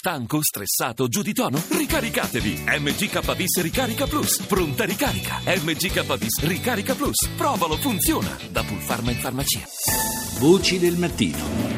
Stanco, stressato, giù di tono? Ricaricatevi! MGKBIS Ricarica Plus. Pronta ricarica. MGKBIS Ricarica Plus. Provalo, funziona. Da Pulpharma in farmacia. Voci del mattino.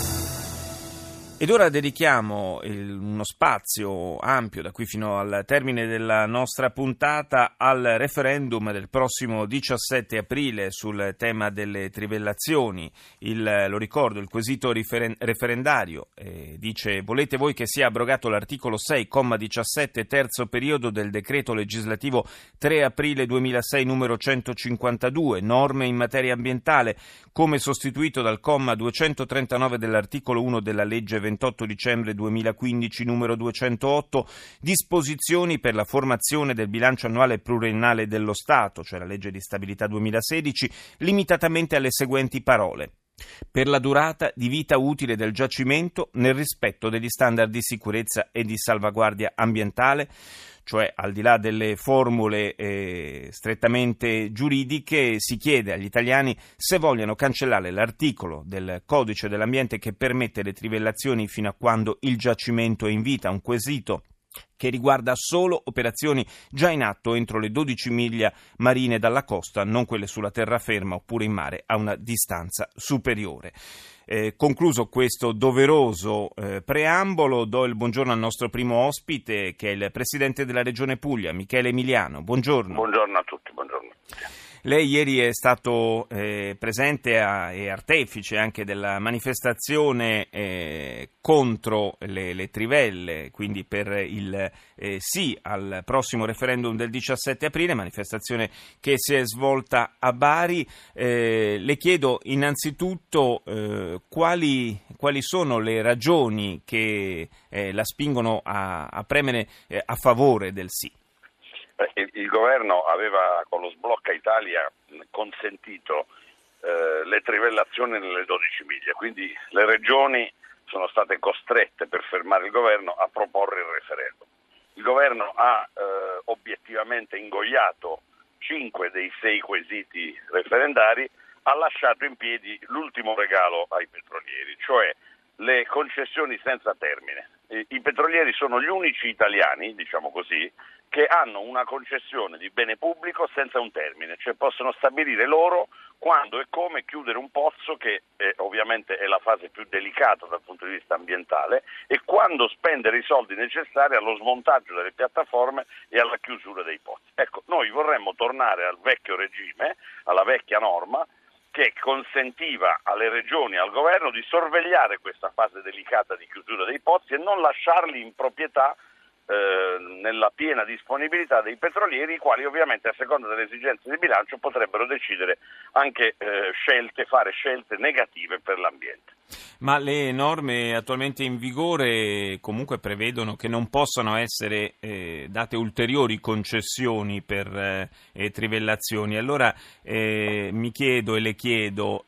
Ed ora dedichiamo uno spazio ampio, da qui fino al termine della nostra puntata, al referendum del prossimo 17 aprile sul tema delle trivellazioni. Lo ricordo, il quesito referendario dice: volete voi che sia abrogato l'articolo 6,17 terzo periodo del decreto legislativo 3 aprile 2006 numero 152, norme in materia ambientale, come sostituito dal comma 239 dell'articolo 1 della legge 28 dicembre 2015 numero 208, disposizioni per la formazione del bilancio annuale pluriennale dello Stato, cioè la legge di stabilità 2016, limitatamente alle seguenti parole: per la durata di vita utile del giacimento nel rispetto degli standard di sicurezza e di salvaguardia ambientale. Cioè, al di là delle formule strettamente giuridiche, si chiede agli italiani se vogliano cancellare l'articolo del Codice dell'Ambiente che permette le trivellazioni fino a quando il giacimento è in vita, un quesito che riguarda solo operazioni già in atto entro le 12 miglia marine dalla costa, non quelle sulla terraferma oppure in mare a una distanza superiore. Concluso questo doveroso preambolo, do il buongiorno al nostro primo ospite, che è il presidente della Regione Puglia, Michele Emiliano. Buongiorno. Buongiorno a tutti, buongiorno. Lei ieri è stato presente e artefice anche della manifestazione contro le trivelle, quindi per il sì al prossimo referendum del 17 aprile, manifestazione che si è svolta a Bari. Le chiedo innanzitutto quali sono le ragioni che la spingono a premere a favore del sì. Il governo aveva con lo sblocca Italia consentito le trivellazioni nelle 12 miglia, quindi le regioni sono state costrette per fermare il governo a proporre il referendum. Il governo ha obiettivamente ingoiato 5 dei 6 quesiti referendari, ha lasciato in piedi l'ultimo regalo ai petrolieri, cioè le concessioni senza termine. I petrolieri sono gli unici italiani, diciamo così, che hanno una concessione di bene pubblico senza un termine, cioè possono stabilire loro quando e come chiudere un pozzo, che ovviamente è la fase più delicata dal punto di vista ambientale, e quando spendere i soldi necessari allo smontaggio delle piattaforme e alla chiusura dei pozzi. Ecco, noi vorremmo tornare al vecchio regime, alla vecchia norma, che consentiva alle regioni e al governo di sorvegliare questa fase delicata di chiusura dei pozzi e non lasciarli in proprietà nella piena disponibilità dei petrolieri, i quali ovviamente a seconda delle esigenze di bilancio potrebbero decidere anche fare scelte negative per l'ambiente. Ma le norme attualmente in vigore comunque prevedono che non possano essere date ulteriori concessioni per trivellazioni. Allora mi chiedo e le chiedo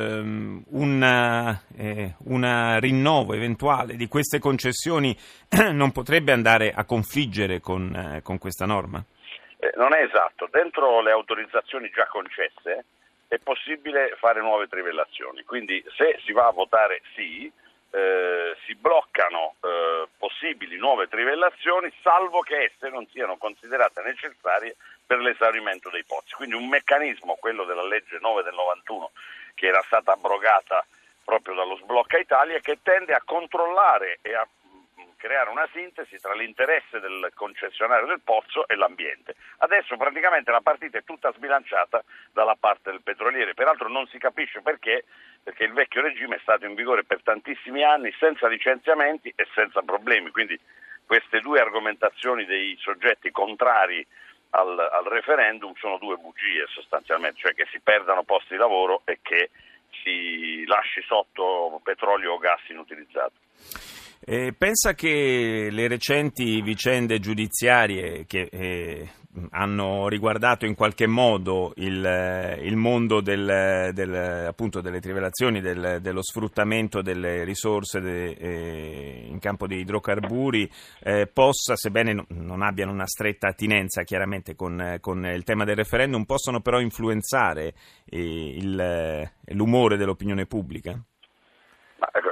una rinnovo eventuale di queste concessioni non potrebbe andare a confliggere con questa norma? Non è esatto. Dentro le autorizzazioni già concesse è possibile fare nuove trivellazioni, quindi se si va a votare sì, si bloccano possibili nuove trivellazioni, salvo che esse non siano considerate necessarie per l'esaurimento dei pozzi. Quindi un meccanismo, quello della legge 9 del 91, che era stata abrogata proprio dallo sblocca Italia, che tende a controllare e a creare una sintesi tra l'interesse del concessionario del pozzo e l'ambiente. Adesso praticamente la partita è tutta sbilanciata dalla parte del petroliere, peraltro non si capisce perché il vecchio regime è stato in vigore per tantissimi anni senza licenziamenti e senza problemi, quindi queste due argomentazioni dei soggetti contrari al referendum sono due bugie sostanzialmente, cioè che si perdano posti di lavoro e che si lasci sotto petrolio o gas inutilizzato. Pensa che le recenti vicende giudiziarie che hanno riguardato in qualche modo il mondo appunto delle trivellazioni, dello sfruttamento delle risorse in campo di idrocarburi, possa, sebbene non abbiano una stretta attinenza chiaramente con il tema del referendum, possono però influenzare l'umore dell'opinione pubblica? Quel che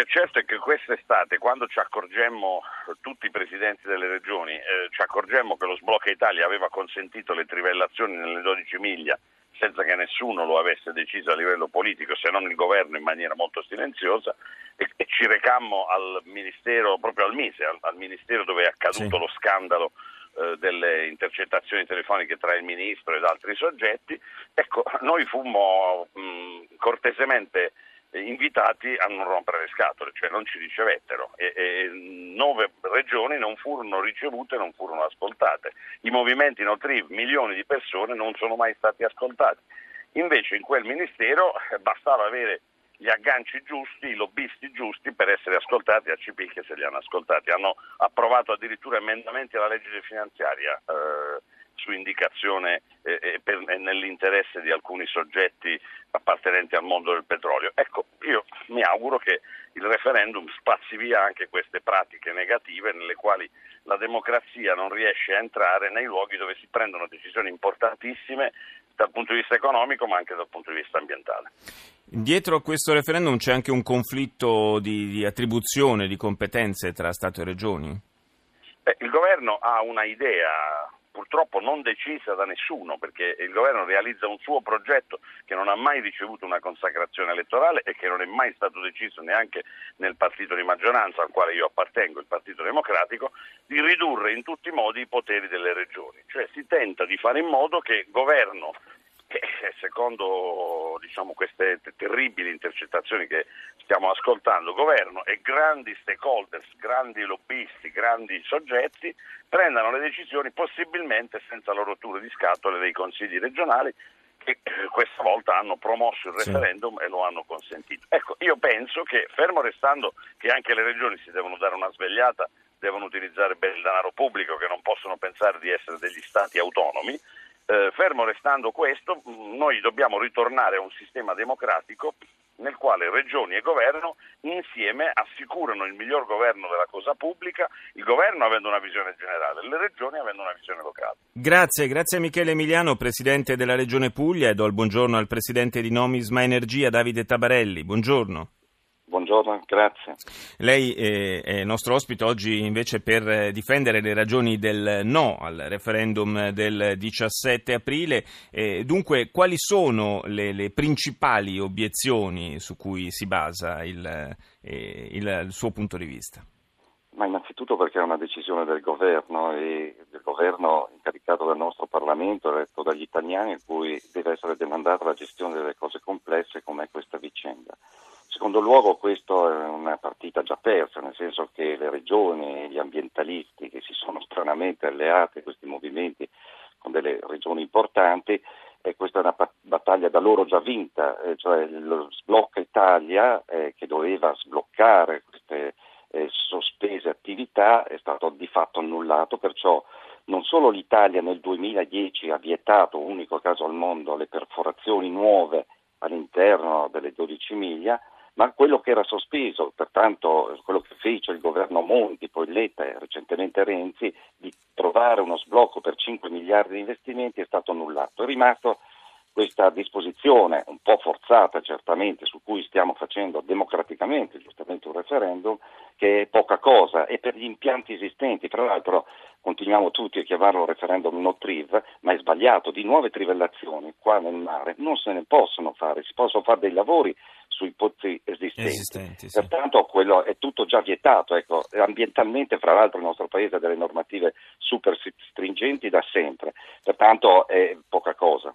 certo è che quest'estate, quando ci accorgemmo, tutti i presidenti delle regioni, ci accorgemmo che lo sblocca Italia aveva consentito le trivellazioni nelle 12 miglia senza che nessuno lo avesse deciso a livello politico, se non il governo in maniera molto silenziosa, e ci recammo al ministero, proprio al MISE, al ministero dove è accaduto lo scandalo delle intercettazioni telefoniche tra il ministro ed altri soggetti. Ecco, noi fummo cortesemente invitati a non rompere le scatole, cioè non ci ricevettero, e 9 regioni non furono ricevute, non furono ascoltate. I movimenti no TRIV, milioni di persone, non sono mai stati ascoltati. Invece in quel ministero bastava avere gli agganci giusti, i lobbisti giusti per essere ascoltati, a CP che se li hanno ascoltati. Hanno approvato addirittura emendamenti alla legge finanziaria su indicazione nell'interesse di alcuni soggetti appartenenti al mondo del petrolio. Ecco, io mi auguro che il referendum spazzi via anche queste pratiche negative nelle quali la democrazia non riesce a entrare nei luoghi dove si prendono decisioni importantissime dal punto di vista economico ma anche dal punto di vista ambientale. Dietro a questo referendum c'è anche un conflitto di attribuzione di competenze tra Stato e Regioni? Il governo ha una idea purtroppo non decisa da nessuno, perché il governo realizza un suo progetto che non ha mai ricevuto una consacrazione elettorale e che non è mai stato deciso neanche nel partito di maggioranza al quale io appartengo, il Partito Democratico, di ridurre in tutti i modi i poteri delle regioni. Cioè si tenta di fare in modo che il governo, che secondo queste terribili intercettazioni che stiamo ascoltando, governo e grandi stakeholders, grandi lobbisti, grandi soggetti prendano le decisioni possibilmente senza la rottura di scatole dei consigli regionali che questa volta hanno promosso il referendum e lo hanno consentito. Ecco, io penso che, fermo restando che anche le regioni si devono dare una svegliata, devono utilizzare bene il denaro pubblico, che non possono pensare di essere degli stati autonomi, fermo restando questo, noi dobbiamo ritornare a un sistema democratico nel quale regioni e governo insieme assicurano il miglior governo della cosa pubblica, il governo avendo una visione generale, le regioni avendo una visione locale. Grazie a Michele Emiliano, presidente della Regione Puglia, e do il buongiorno al presidente di Nomisma Energia, Davide Tabarelli. Buongiorno. Buongiorno, grazie. Lei è nostro ospite oggi invece per difendere le ragioni del no al referendum del 17 aprile. Dunque, quali sono le principali obiezioni su cui si basa il suo punto di vista? Ma innanzitutto perché è una decisione del governo, e del governo incaricato dal nostro Parlamento, eletto dagli italiani, a cui deve essere demandata la gestione delle cose complesse come questa vicenda. In secondo luogo, questo è una partita già persa, nel senso che le regioni e gli ambientalisti che si sono stranamente alleati a questi movimenti con delle regioni importanti, questa è una battaglia da loro già vinta, cioè lo sblocca Italia, che doveva sbloccare queste sospese attività, è stato di fatto annullato, perciò non solo l'Italia nel 2010 ha vietato, unico caso al mondo, le perforazioni nuove all'interno delle 12 miglia, ma quello che era sospeso, pertanto quello che fece il governo Monti, poi Letta e recentemente Renzi, di trovare uno sblocco per 5 miliardi di investimenti, è stato annullato. È rimasto questa disposizione, un po' forzata certamente, su cui stiamo facendo democraticamente giustamente un referendum, che è poca cosa, e per gli impianti esistenti, tra l'altro continuiamo tutti a chiamarlo referendum no TRIV, ma è sbagliato, di nuove trivellazioni qua nel mare non se ne possono fare, si possono fare dei lavori sui pozzi esistenti. Sì. Pertanto quello è tutto già vietato, ecco. Ambientalmente fra l'altro il nostro paese ha delle normative super stringenti da sempre, pertanto è poca cosa.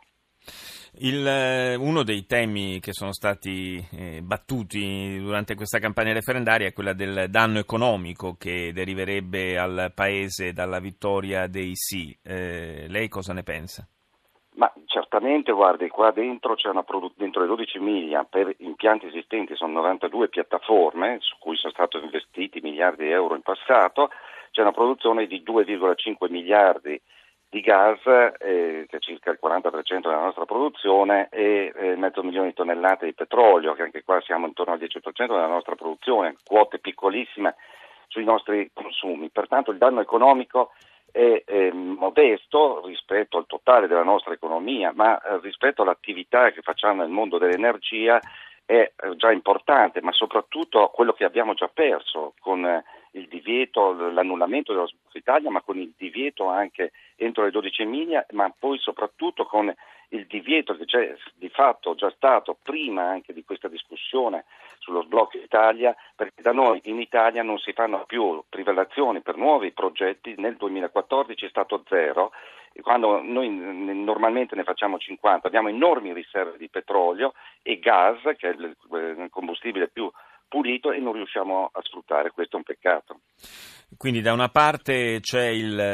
Uno dei temi che sono stati battuti durante questa campagna referendaria è quella del danno economico che deriverebbe al Paese dalla vittoria dei sì. Lei cosa ne pensa? Ma certamente, guardi, qua dentro c'è dentro le 12 miglia per impianti esistenti sono 92 piattaforme su cui sono stati investiti miliardi di euro in passato, c'è una produzione di 2,5 miliardi di gas, che è circa il 40% della nostra produzione, e 500.000 di tonnellate di petrolio, che anche qua siamo intorno al 10% della nostra produzione, quote piccolissime sui nostri consumi. Pertanto il danno economico è modesto rispetto al totale della nostra economia, ma rispetto all'attività che facciamo nel mondo dell'energia è già importante, ma soprattutto quello che abbiamo già perso con il divieto, l'annullamento dello sblocco Italia, ma con il divieto anche entro le 12 miglia, ma poi soprattutto con il divieto che c'è di fatto già stato prima anche di questa discussione sullo sblocco Italia, perché da noi in Italia non si fanno più trivellazioni per nuovi progetti. Nel 2014 è stato 0, e quando noi normalmente ne facciamo 50, abbiamo enormi riserve di petrolio e gas, che è il combustibile più pulito, e non riusciamo a sfruttare. Questo è un peccato. Quindi da una parte c'è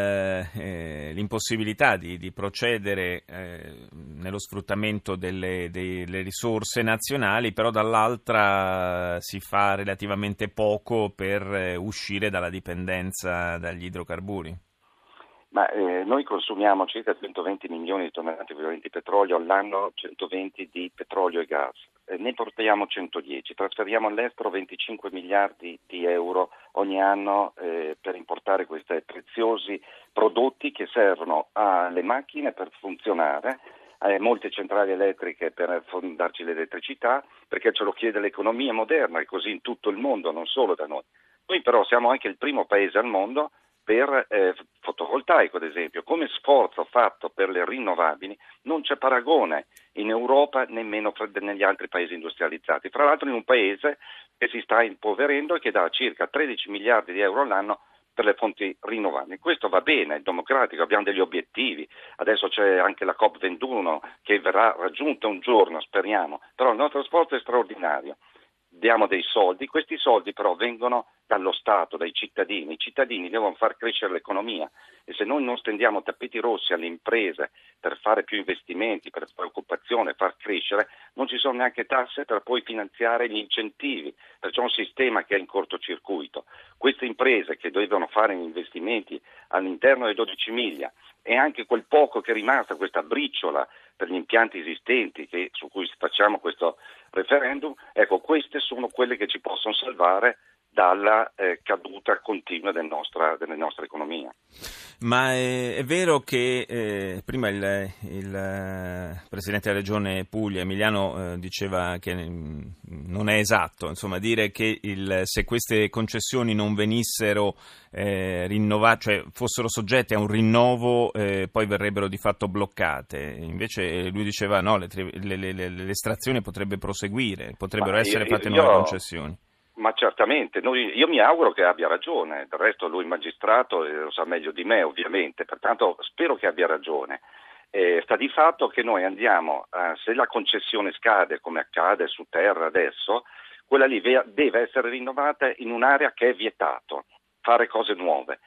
l'impossibilità di procedere nello sfruttamento delle risorse nazionali, però dall'altra si fa relativamente poco per uscire dalla dipendenza dagli idrocarburi. Ma noi consumiamo circa 120 milioni di tonnellate equivalenti di petrolio all'anno, 120 di petrolio e gas. Ne portiamo 110, trasferiamo all'estero 25 miliardi di euro ogni anno per importare questi preziosi prodotti che servono alle macchine per funzionare, a molte centrali elettriche per darci l'elettricità, perché ce lo chiede l'economia moderna, e così in tutto il mondo, non solo da noi. Noi però siamo anche il primo paese al mondo per fotovoltaico, ad esempio. Come sforzo fatto per le rinnovabili non c'è paragone in Europa, nemmeno negli altri paesi industrializzati. Tra l'altro in un paese che si sta impoverendo e che dà circa 13 miliardi di euro all'anno per le fonti rinnovabili. Questo va bene, è democratico, abbiamo degli obiettivi. Adesso c'è anche la COP21 che verrà raggiunta un giorno, speriamo. Però il nostro sforzo è straordinario. Diamo dei soldi, questi soldi però vengono dallo Stato, dai cittadini. I cittadini devono far crescere l'economia, e se noi non stendiamo tappeti rossi alle imprese per fare più investimenti, per fare occupazione, far crescere, non ci sono neanche tasse per poi finanziare gli incentivi, perciò è un sistema che è in cortocircuito. Queste imprese che devono fare investimenti all'interno dei 12 miglia, e anche quel poco che è rimasto, questa briciola per gli impianti esistenti su cui facciamo questo referendum, ecco, queste sono quelle che ci possono salvare dalla caduta continua della nostra economia. Ma è vero che prima il Presidente della Regione Puglia, Emiliano, diceva che non è esatto, insomma, dire che se queste concessioni non venissero rinnovate, cioè fossero soggette a un rinnovo, poi verrebbero di fatto bloccate. Invece lui diceva no, l'estrazione potrebbe proseguire, potrebbero essere fatte nuove concessioni. Ma certamente, io mi auguro che abbia ragione, del resto lui magistrato lo sa meglio di me ovviamente, pertanto spero che abbia ragione. Sta di fatto che noi andiamo, se la concessione scade come accade su terra adesso, quella lì deve essere rinnovata in un'area che è vietato, fare cose nuove.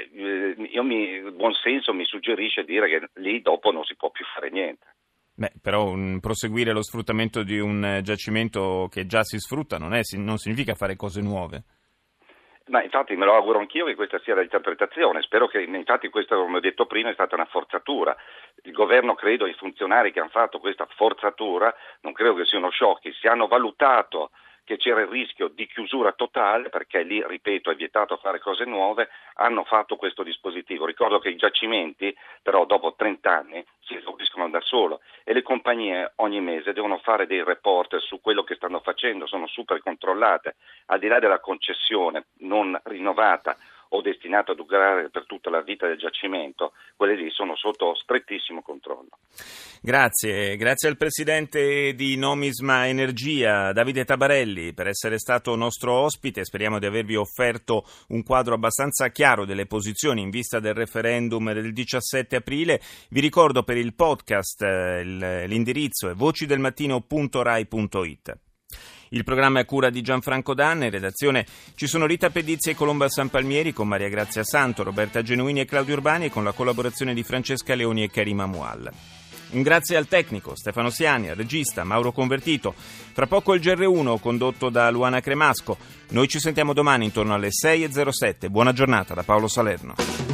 Buon senso mi suggerisce dire che lì dopo non si può più fare niente. Beh, però proseguire lo sfruttamento di un giacimento che già si sfrutta non significa fare cose nuove. Ma infatti me lo auguro anch'io che questa sia l'interpretazione. Spero che, infatti, questo, come ho detto prima, è stata una forzatura. Il governo, credo, i funzionari che hanno fatto questa forzatura, non credo che siano sciocchi, se hanno valutato che c'era il rischio di chiusura totale, perché lì, ripeto, è vietato fare cose nuove, hanno fatto questo dispositivo. Ricordo che i giacimenti, però, dopo 30 anni si esauriscono da solo, e le compagnie ogni mese devono fare dei report su quello che stanno facendo, sono super controllate, al di là della concessione non rinnovata o destinata a durare per tutta la vita del giacimento, quelle lì sono sotto strettissimo controllo. Grazie al Presidente di Nomisma Energia, Davide Tabarelli, per essere stato nostro ospite. Speriamo di avervi offerto un quadro abbastanza chiaro delle posizioni in vista del referendum del 17 aprile. Vi ricordo per il podcast l'indirizzo è vocidelmattino.rai.it. Il programma è a cura di Gianfranco Danna, in redazione ci sono Rita Pedizzi e Colomba Sanpalmieri, con Maria Grazia Santo, Roberta Genuini e Claudio Urbani, e con la collaborazione di Francesca Leoni e Karima Mual. Un grazie al tecnico Stefano Siani, al regista Mauro Convertito. Fra poco il GR1 condotto da Luana Cremasco. Noi ci sentiamo domani intorno alle 6:07. Buona giornata da Paolo Salerno.